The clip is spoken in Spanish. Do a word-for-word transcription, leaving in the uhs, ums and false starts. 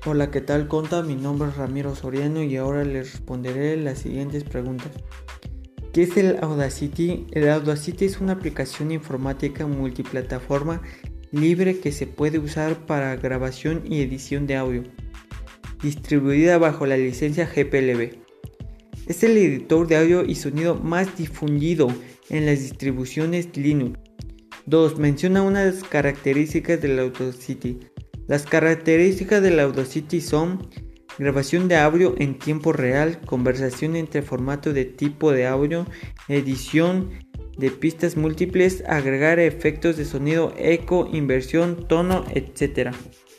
Hola, ¿qué tal, Conta? Mi nombre es Ramiro Soriano y ahora les responderé las siguientes preguntas. ¿Qué es el Audacity? El Audacity es una aplicación informática multiplataforma libre que se puede usar para grabación y edición de audio, distribuida bajo la licencia G P L B. Es el editor de audio y sonido más difundido en las distribuciones Linux. dos. Menciona unas características del Audacity. Las características del Audacity son grabación de audio en tiempo real, conversación entre formato de tipo de audio, edición de pistas múltiples, agregar efectos de sonido, eco, inversión, tono, etcétera.